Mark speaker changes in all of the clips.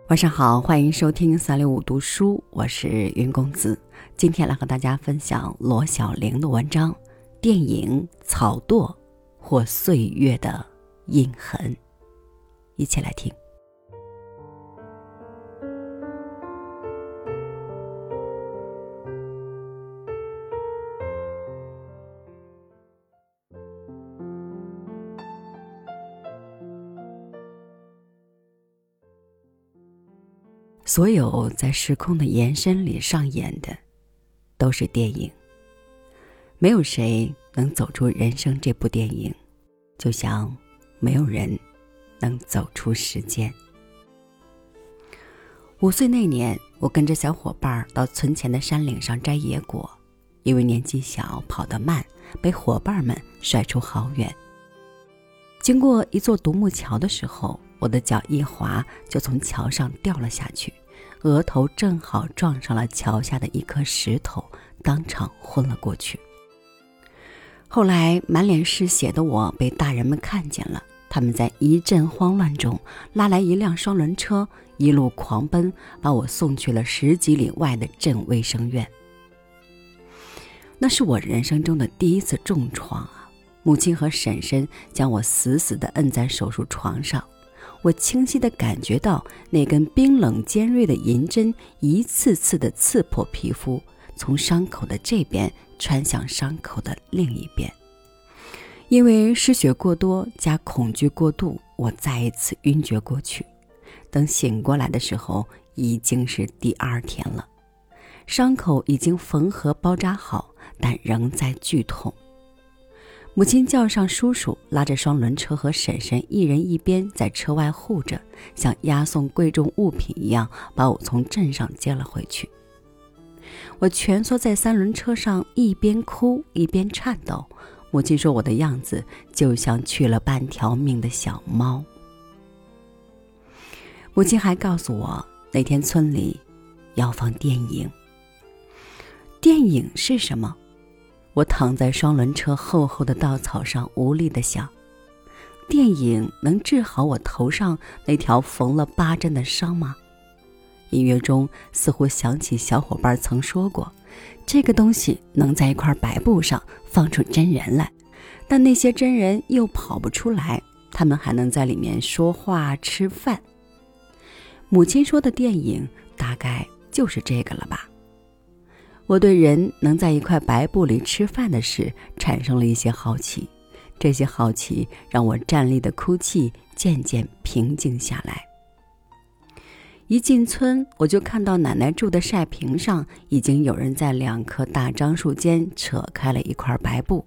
Speaker 1: 晚上好，欢迎收听365读书，我是云公子。今天来和大家分享罗小玲的文章《电影草垛或岁月的印痕》，一起来听。所有在时空的延伸里上演的都是电影，没有谁能走出人生这部电影，就像没有人能走出时间。5岁那年，我跟着小伙伴到村前的山岭上摘野果，因为年纪小跑得慢，被伙伴们甩出好远。经过一座独木桥的时候，我的脚一滑就从桥上掉了下去，额头正好撞上了桥下的一颗石头，当场昏了过去。后来满脸是血的我被大人们看见了，他们在一阵慌乱中拉来一辆双轮车，一路狂奔，把我送去了10几里外的镇卫生院。那是我人生中的第一次重创啊！母亲和婶婶将我死死地摁在手术床上，我清晰地感觉到那根冰冷尖锐的银针一次次地刺破皮肤，从伤口的这边穿向伤口的另一边。因为失血过多加恐惧过度，我再一次晕厥过去。等醒过来的时候，已经是第2天了。伤口已经缝合包扎好，但仍在剧痛。母亲叫上叔叔，拉着双轮车和婶婶一人一边在车外护着，像押送贵重物品一样把我从镇上接了回去。我蜷缩在3轮车上，一边哭一边颤抖。母亲说我的样子就像去了半条命的小猫。母亲还告诉我，那天村里要放电影。电影是什么？我躺在双轮车厚厚的稻草上，无力地想，电影能治好我头上那条缝了8针的伤吗？隐约中似乎想起小伙伴曾说过，这个东西能在一块白布上放出真人来，但那些真人又跑不出来，他们还能在里面说话吃饭。母亲说的电影大概就是这个了吧。我对人能在一块白布里吃饭的事产生了一些好奇，这些好奇让我站立的哭泣渐渐平静下来。一进村，我就看到奶奶住的晒坪上已经有人在2棵大樟树间扯开了一块白布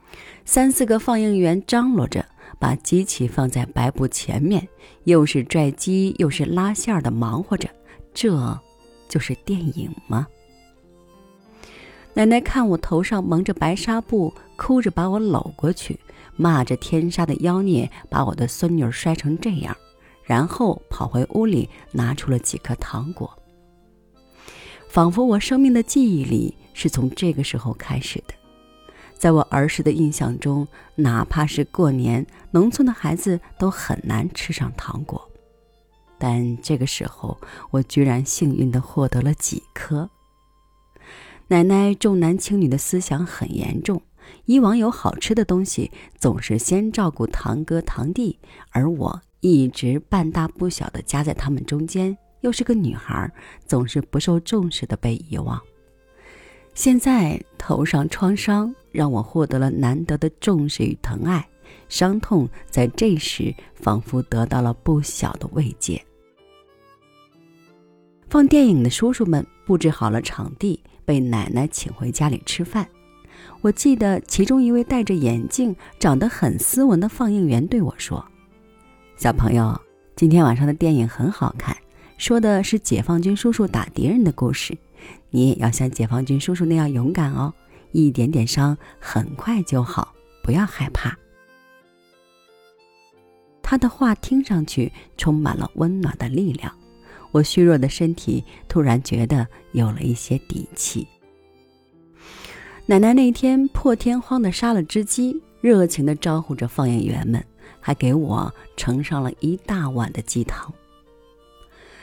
Speaker 1: ，3、4个放映员张罗着，把机器放在白布前面，又是拽机又是拉线的忙活着，这就是电影吗？奶奶看我头上蒙着白纱布，哭着把我搂过去，骂着天杀的妖孽把我的孙女摔成这样，然后跑回屋里拿出了几颗糖果。仿佛我生命的记忆里是从这个时候开始的。在我儿时的印象中，哪怕是过年，农村的孩子都很难吃上糖果，但这个时候我居然幸运地获得了几颗。奶奶重男轻女的思想很严重，以往有好吃的东西总是先照顾堂哥堂弟，而我一直半大不小的夹在他们中间，又是个女孩，总是不受重视的被遗忘。现在头上创伤让我获得了难得的重视与疼爱，伤痛在这时仿佛得到了不小的慰藉。放电影的叔叔们布置好了场地，被奶奶请回家里吃饭。我记得其中一位戴着眼镜长得很斯文的放映员对我说，小朋友，今天晚上的电影很好看，说的是解放军叔叔打敌人的故事，你也要像解放军叔叔那样勇敢哦，一点点伤很快就好，不要害怕。他的话听上去充满了温暖的力量，我虚弱的身体突然觉得有了一些底气。奶奶那天破天荒地杀了只鸡，热情地招呼着放映员们，还给我盛上了一大碗的鸡汤。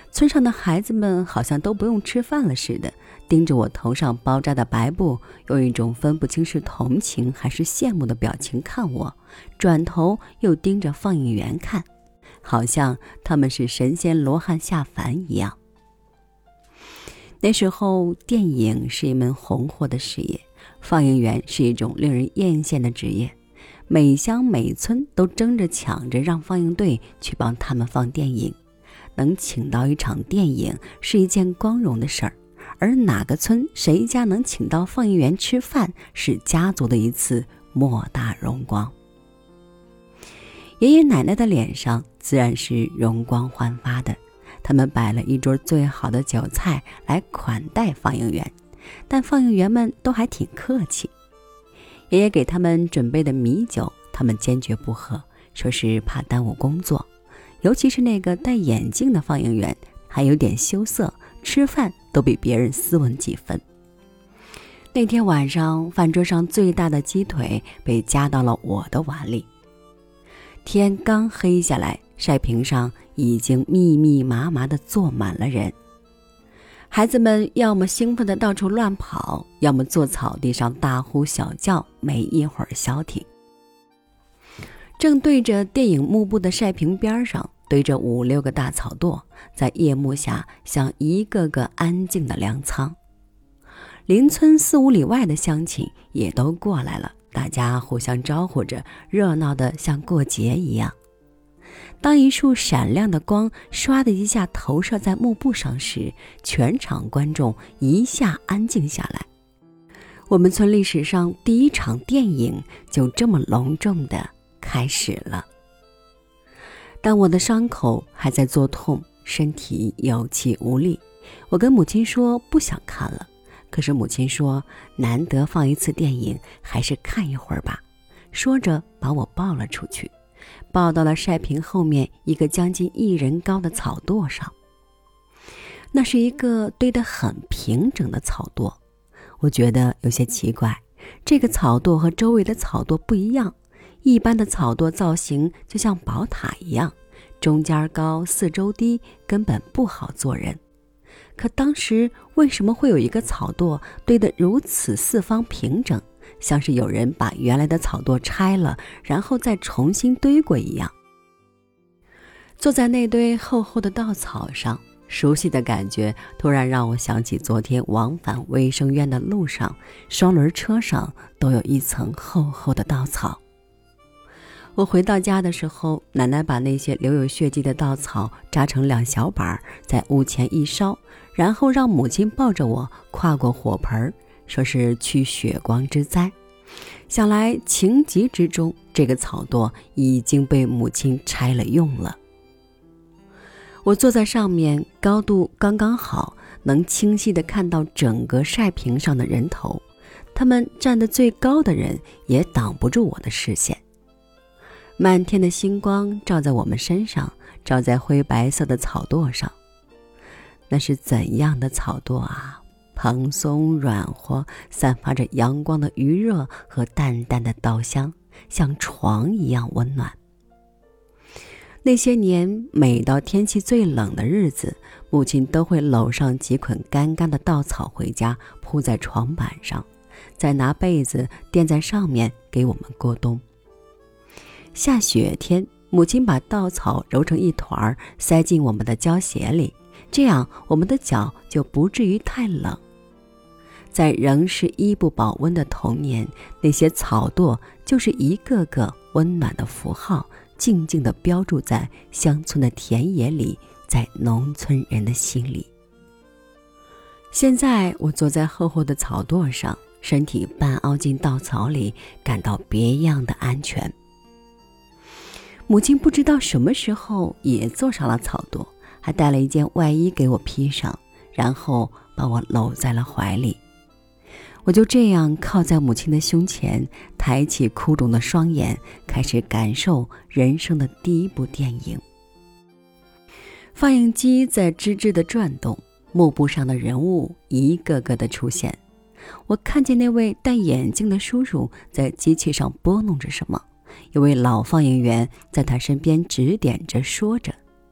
Speaker 1: 村上的孩子们好像都不用吃饭了似的，盯着我头上包扎的白布，用一种分不清是同情还是羡慕的表情看我，转头又盯着放映员看，好像他们是神仙罗汉下凡一样。那时候电影是一门红火的事业，放映员是一种令人艳羡的职业，每乡每村都争着抢着让放映队去帮他们放电影。能请到一场电影是一件光荣的事儿，而哪个村谁家能请到放映员吃饭，是家族的一次莫大荣光。爷爷奶奶的脸上自然是容光焕发的，他们摆了一桌最好的酒菜来款待放映员，但放映员们都还挺客气。爷爷给他们准备的米酒，他们坚决不喝，说是怕耽误工作。尤其是那个戴眼镜的放映员，还有点羞涩，吃饭都比别人斯文几分。那天晚上，饭桌上最大的鸡腿被夹到了我的碗里。天刚黑下来，晒屏上已经密密麻麻地坐满了人。孩子们要么兴奋地到处乱跑，要么坐草地上大呼小叫，没一会儿消停。正对着电影幕布的晒屏边上堆着5、6个大草垛，在夜幕下像一个个安静的粮仓。邻村4、5里外的乡亲也都过来了，大家互相招呼着，热闹得像过节一样。当一束闪亮的光唰的一下投射在幕布上时，全场观众一下安静下来。我们村历史上第一场电影就这么隆重地开始了。但我的伤口还在作痛，身体有气无力，我跟母亲说不想看了，可是母亲说难得放一次电影，还是看一会儿吧，说着把我抱了出去，抱到了晒屏后面一个将近1人高的草垛上。那是一个堆得很平整的草垛，我觉得有些奇怪，这个草垛和周围的草垛不一样，一般的草垛造型就像宝塔一样，中间高四周低，根本不好做人。可当时为什么会有一个草垛堆得如此四方平整，像是有人把原来的草垛拆了，然后再重新堆过一样。坐在那堆厚厚的稻草上，熟悉的感觉突然让我想起昨天往返卫生院的路上，双轮车上都有一层厚厚的稻草。我回到家的时候，奶奶把那些留有血迹的稻草扎成2小板，在屋前一烧，然后让母亲抱着我跨过火盆，说是去血光之灾。想来情急之中，这个草垛已经被母亲拆了用了。我坐在上面，高度刚刚好，能清晰地看到整个晒屏上的人头，他们站得最高的人也挡不住我的视线。漫天的星光照在我们身上，照在灰白色的草垛上。那是怎样的草垛啊，蓬松软和，散发着阳光的余热和淡淡的稻香，像床一样温暖。那些年，每到天气最冷的日子，母亲都会搂上几捆干干的稻草回家，铺在床板上，再拿被子垫在上面给我们过冬。下雪天，母亲把稻草揉成一团，塞进我们的胶鞋里，这样我们的脚就不至于太冷。在仍是衣不保温的童年，那些草垛就是一个个温暖的符号，静静地标注在乡村的田野里，在农村人的心里。现在我坐在厚厚的草垛上，身体半凹进稻草里，感到别样的安全。母亲不知道什么时候也坐上了草垛，还带了一件外衣给我披上，然后把我搂在了怀里。我就这样靠在母亲的胸前，抬起哭肿的双眼，开始感受人生的第一部电影。放映机在吱吱地转动，幕布上的人物一个个的出现。我看见那位戴眼镜的叔叔在机器上拨弄着什么，一位老放映员在他身边指点着说着。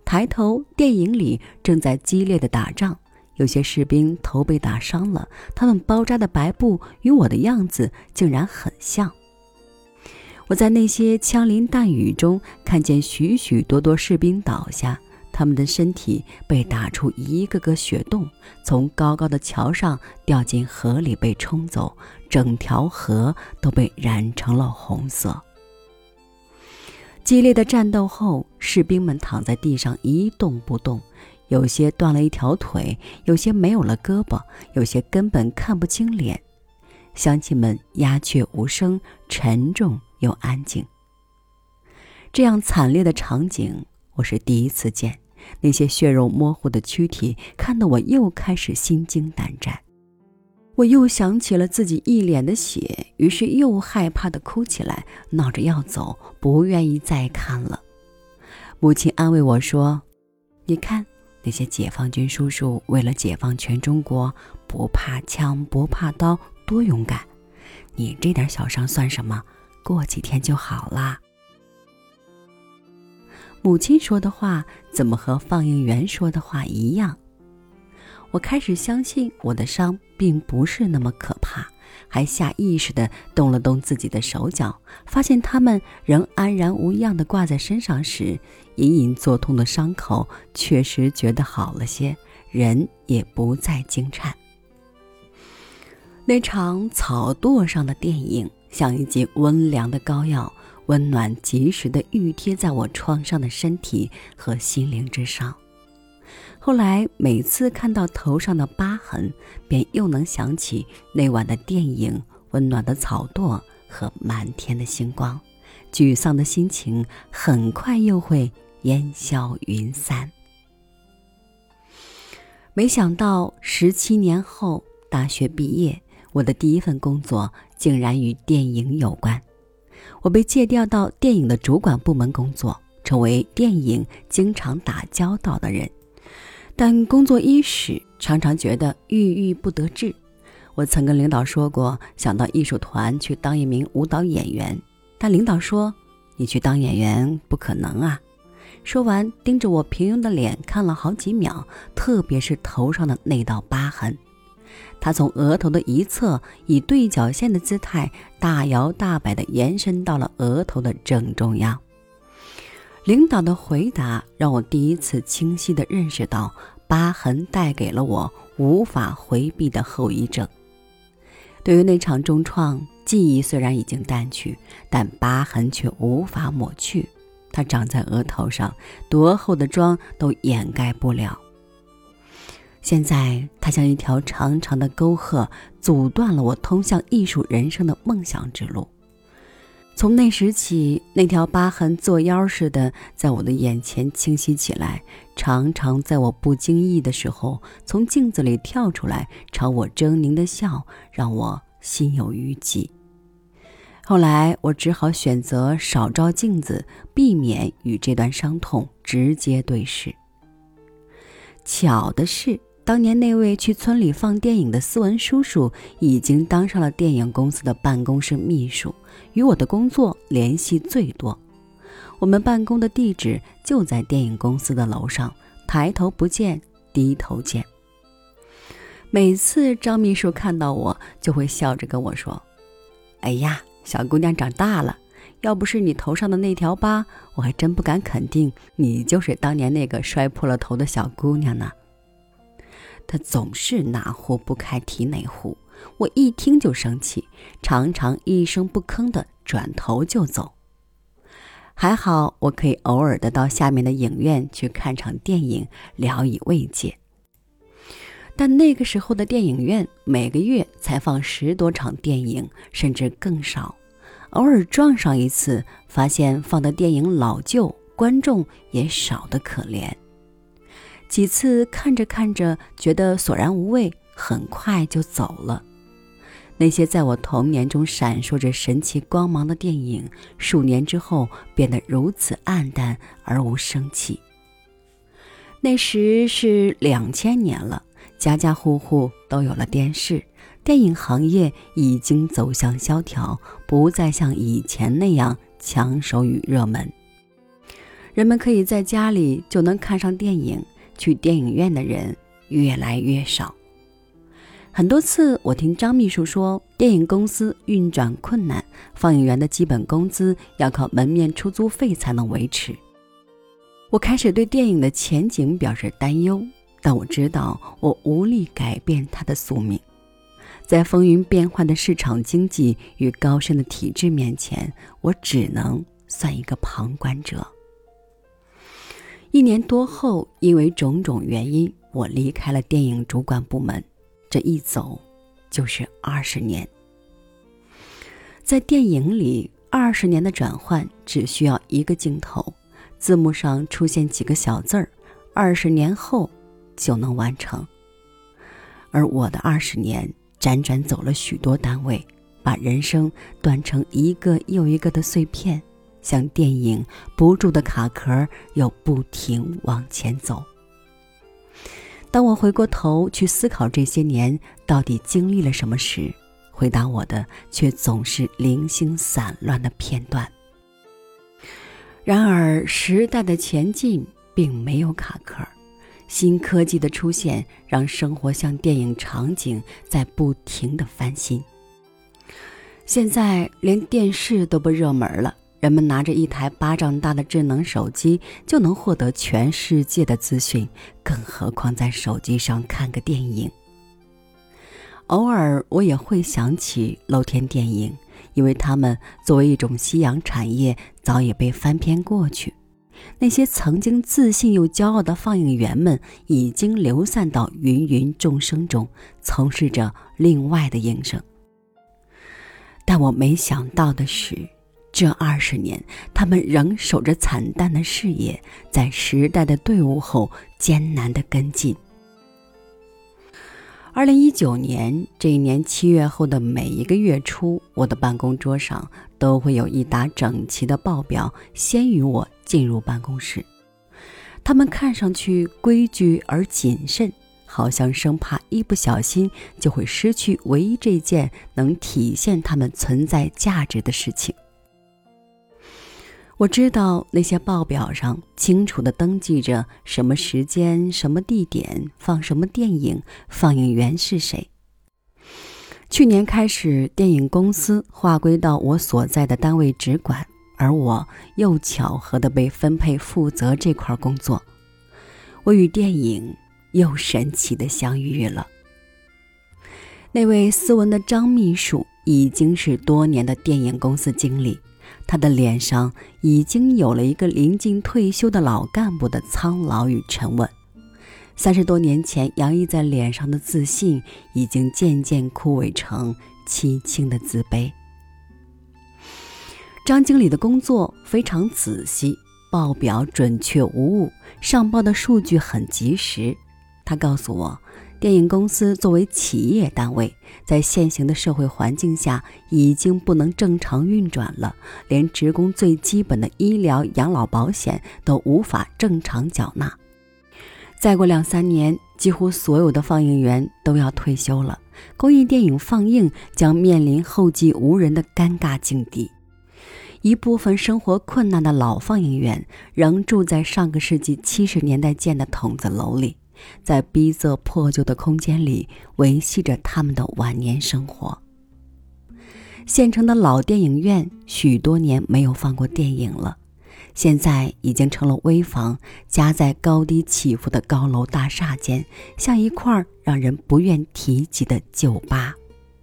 Speaker 1: 抬头，电影里正在激烈的打仗，有些士兵头被打伤了，他们包扎的白布与我的样子竟然很像。我在那些枪林弹雨中看见许许多多士兵倒下，他们的身体被打出一个个血洞，从高高的桥上掉进河里被冲走，整条河都被染成了红色。激烈的战斗后，士兵们躺在地上一动不动，有些断了一条腿，有些没有了胳膊，有些根本看不清脸。乡亲们鸦雀无声，沉重又安静。这样惨烈的场景我是第一次见，那些血肉模糊的躯体看得我又开始心惊胆战。我又想起了自己一脸的血，于是又害怕地哭起来，闹着要走，不愿意再看了。母亲安慰我说，你看那些解放军叔叔为了解放全中国，不怕枪不怕刀，多勇敢，你这点小伤算什么，过几天就好啦。母亲说的话怎么和放映员说的话一样？我开始相信我的伤并不是那么可怕，还下意识地动了动自己的手脚，发现它们仍安然无恙地挂在身上时，隐隐作痛的伤口确实觉得好了些，人也不再惊颤。那场草垛上的电影像一剂温凉的膏药，温暖及时地熨贴在我创伤的身体和心灵之上。后来每次看到头上的疤痕，便又能想起那晚的电影、温暖的草垛和满天的星光，沮丧的心情很快又会烟消云散。没想到17年后大学毕业，我的第一份工作竟然与电影有关。我被借调到电影的主管部门工作，成为电影经常打交道的人。但工作伊始，常常觉得郁郁不得志。我曾跟领导说过，想到艺术团去当一名舞蹈演员，但领导说，你去当演员不可能啊。说完，盯着我平庸的脸看了好几秒，特别是头上的那道疤痕。他从额头的一侧以对角线的姿态大摇大摆地延伸到了额头的正中央。领导的回答让我第一次清晰地认识到，疤痕带给了我无法回避的后遗症。对于那场重创，记忆虽然已经淡去，但疤痕却无法抹去。它长在额头上，多厚的妆都掩盖不了。现在它像一条长长的沟壑，阻断了我通向艺术人生的梦想之路。从那时起，那条疤痕作妖似的在我的眼前清晰起来，常常在我不经意的时候从镜子里跳出来，朝我狰狞的笑，让我心有余悸。后来我只好选择少照镜子，避免与这段伤痛直接对视。巧的是，当年那位去村里放电影的斯文叔叔已经当上了电影公司的办公室秘书，与我的工作联系最多。我们办公的地址就在电影公司的楼上，抬头不见低头见。每次张秘书看到我，就会笑着跟我说，哎呀，小姑娘长大了，要不是你头上的那条疤，我还真不敢肯定你就是当年那个摔破了头的小姑娘呢。他总是哪壶不开提哪壶，我一听就生气，常常一声不吭地转头就走。还好我可以偶尔的到下面的影院去看场电影，聊以慰藉。但那个时候的电影院每个月才放10多场电影，甚至更少。偶尔撞上一次，发现放的电影老旧，观众也少得可怜。几次看着看着觉得索然无味，很快就走了。那些在我童年中闪烁着神奇光芒的电影，数年之后变得如此暗淡而无生气。那时是2000年了，家家户户都有了电视，电影行业已经走向萧条，不再像以前那样抢手与热门。 人们可以在家里就能看上电影，去电影院的人越来越少。很多次我听张秘书说，电影公司运转困难，放映员的基本工资要靠门面出租费才能维持。我开始对电影的前景表示担忧，但我知道我无力改变它的宿命。在风云变幻的市场经济与高深的体制面前，我只能算一个旁观者。1年多后，因为种种原因，我离开了电影主管部门，这一走就是20年。在电影里，20年的转换只需要一个镜头，字幕上出现几个小字儿，20年后就能完成。而我的20年辗转走了许多单位，把人生断成一个又一个的碎片，像电影不住的卡壳，又不停往前走。当我回过头去思考这些年到底经历了什么时，回答我的却总是零星散乱的片段。然而时代的前进并没有卡壳，新科技的出现让生活像电影场景在不停地翻新。现在连电视都不热门了，人们拿着一台巴掌大的智能手机就能获得全世界的资讯，更何况在手机上看个电影。偶尔我也会想起露天电影，因为它们作为一种夕阳产业早已被翻篇过去。那些曾经自信又骄傲的放映员们已经流散到芸芸众生中，从事着另外的营生。但我没想到的是，这20年他们仍守着惨淡的事业，在时代的队伍后艰难地跟进。2019年这一年7月后的每一个月初，我的办公桌上都会有一沓整齐的报表先于我进入办公室。他们看上去规矩而谨慎，好像生怕一不小心就会失去唯一这件能体现他们存在价值的事情。我知道那些报表上清楚地登记着什么时间、什么地点放什么电影，放映员是谁。去年开始，电影公司划归到我所在的单位直管，而我又巧合地被分配负责这块工作。我与电影又神奇地相遇了。那位斯文的张秘书已经是多年的电影公司经理，他的脸上已经有了一个临近退休的老干部的苍老与沉稳。30多年前洋溢在脸上的自信，已经渐渐枯萎成凄清的自卑。张经理的工作非常仔细，报表准确无误，上报的数据很及时。他告诉我，电影公司作为企业单位，在现行的社会环境下已经不能正常运转了，连职工最基本的医疗养老保险都无法正常缴纳。再过2-3年，几乎所有的放映员都要退休了，公益电影放映将面临后继无人的尴尬境地。一部分生活困难的老放映员仍住在上个世纪70年代建的筒子楼里，在逼仄破旧的空间里维系着他们的晚年生活。县城的老电影院许多年没有放过电影了，现在已经成了危房，夹在高低起伏的高楼大厦间，像一块让人不愿提及的旧疤。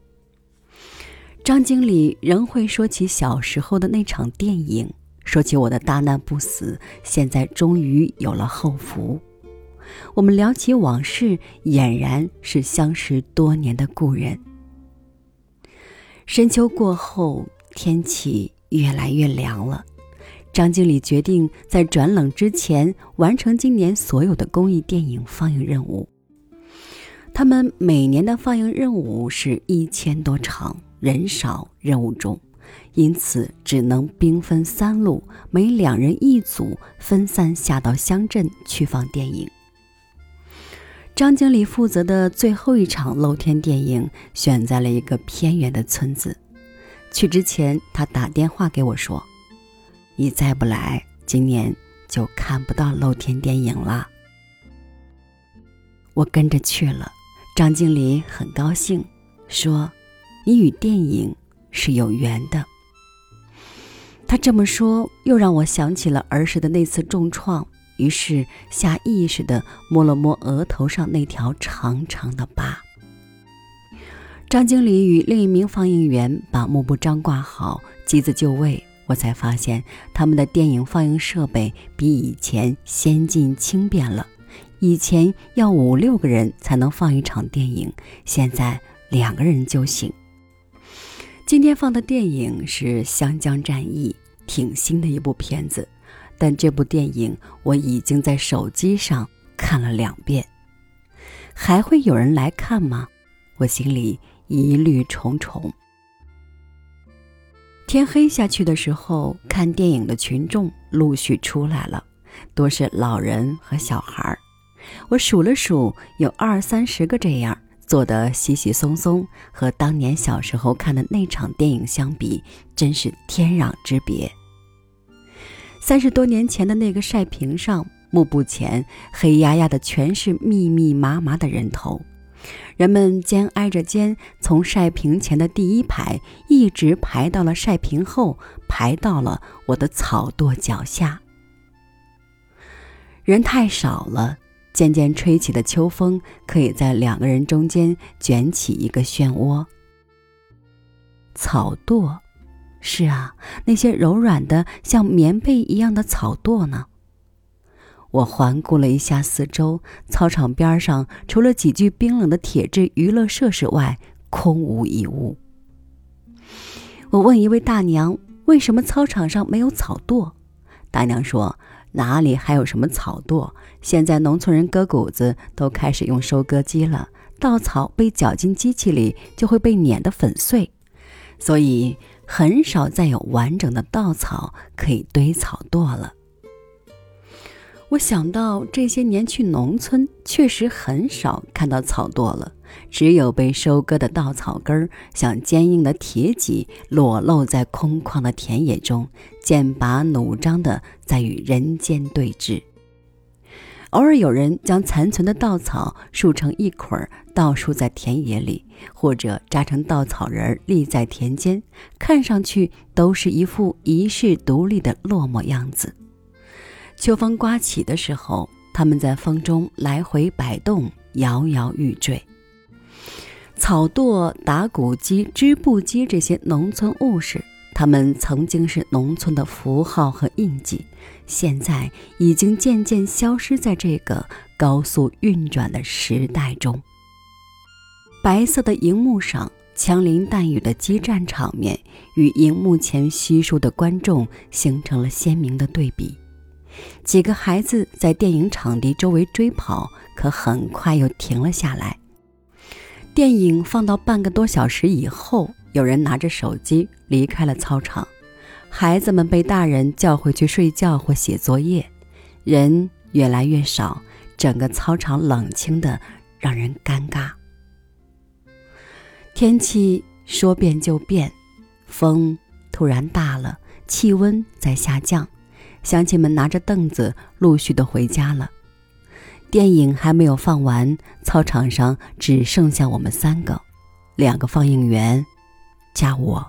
Speaker 1: 张经理仍会说起小时候的那场电影，说起我的大难不死，现在终于有了后福。我们聊起往事，俨然是相识多年的故人。深秋过后，天气越来越凉了。张经理决定在转冷之前完成今年所有的公益电影放映任务。他们每年的放映任务是1000多场，人少任务重，因此只能兵分3路，每2人1组，分散下到乡镇去放电影。张经理负责的最后一场露天电影选在了一个偏远的村子。去之前，他打电话给我说：“你再不来，今年就看不到露天电影了。我跟着去了，张经理很高兴，说你与电影是有缘的。他这么说又让我想起了儿时的那次重创，于是下意识地摸了摸额头上那条长长的疤。张经理与另一名放映员把幕布章挂好，机子就位，我才发现他们的电影放映设备比以前先进轻便了。以前要5-6个人才能放一场电影，现在2个人就行。今天放的电影是《湘江战役》，挺新的一部片子，但这部电影我已经在手机上看了2遍。还会有人来看吗？我心里疑虑重重。天黑下去的时候，看电影的群众陆续出来了，多是老人和小孩。我数了数，有20-30个这样，坐得稀稀松松，和当年小时候看的那场电影相比，真是天壤之别。30多年前的那个晒屏上，幕布前黑压压的全是密密麻麻的人头，人们肩挨着肩，从晒屏前的第一排一直排到了晒屏后，排到了我的草垛脚下。人太少了，渐渐吹起的秋风可以在2个人中间卷起一个漩涡。草垛，是啊，那些柔软的像棉被一样的草垛呢。我环顾了一下四周，操场边上除了几具冰冷的铁质娱乐设施外，空无一物。我问一位大娘，为什么操场上没有草垛？大娘说，哪里还有什么草垛，现在农村人割谷子都开始用收割机了，稻草被搅进机器里就会被碾得粉碎，所以很少再有完整的稻草可以堆草垛了。我想到这些年去农村确实很少看到草垛了，只有被收割的稻草根像坚硬的铁脊裸露在空旷的田野中，剑拔弩张地在与人间对峙。偶尔有人将残存的稻草束成一捆倒竖在田野里，或者扎成稻草人立在田间，看上去都是一副遗世独立的落寞样子。秋风刮起的时候，他们在风中来回摆动，摇摇欲坠。草垛、打谷机、织布机这些农村物事，它们曾经是农村的符号和印记，现在已经渐渐消失在这个高速运转的时代中。白色的荧幕上枪林弹雨的激战场面与荧幕前稀疏的观众形成了鲜明的对比。几个孩子在电影场地周围追跑，可很快又停了下来。电影放到半个多小时以后，有人拿着手机离开了操场，孩子们被大人叫回去睡觉或写作业，人越来越少，整个操场冷清的让人尴尬。天气说变就变，风突然大了，气温在下降，乡亲们拿着凳子陆续的回家了。电影还没有放完，操场上只剩下我们3个，2个放映员加我。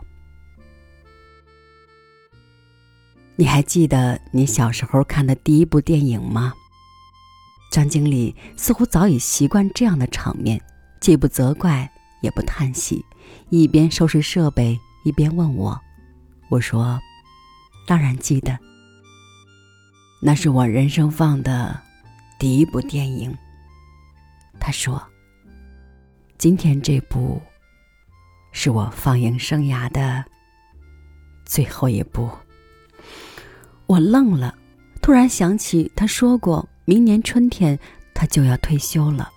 Speaker 1: 你还记得你小时候看的第一部电影吗？张经理似乎早已习惯这样的场面，既不责怪也不叹息，一边收拾设备一边问我。我说，当然记得，那是我人生放的第一部电影。他说，今天这部是我放映生涯的最后一部。我愣了，突然想起他说过明年春天他就要退休了。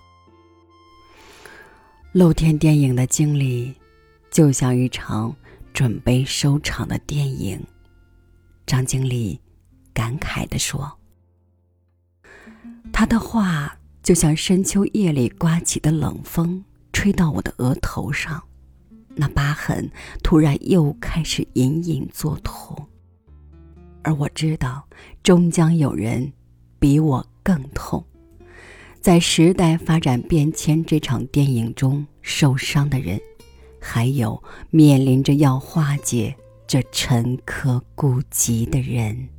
Speaker 1: 露天电影的经历就像一场准备收场的电影，张经理感慨地说。他的话就像深秋夜里刮起的冷风，吹到我的额头上，那疤痕突然又开始隐隐作痛。 而我知道，终将有人比我更痛。在时代发展变迁这场电影中受伤的人，还有面临着要化解这沉疴痼疾的人。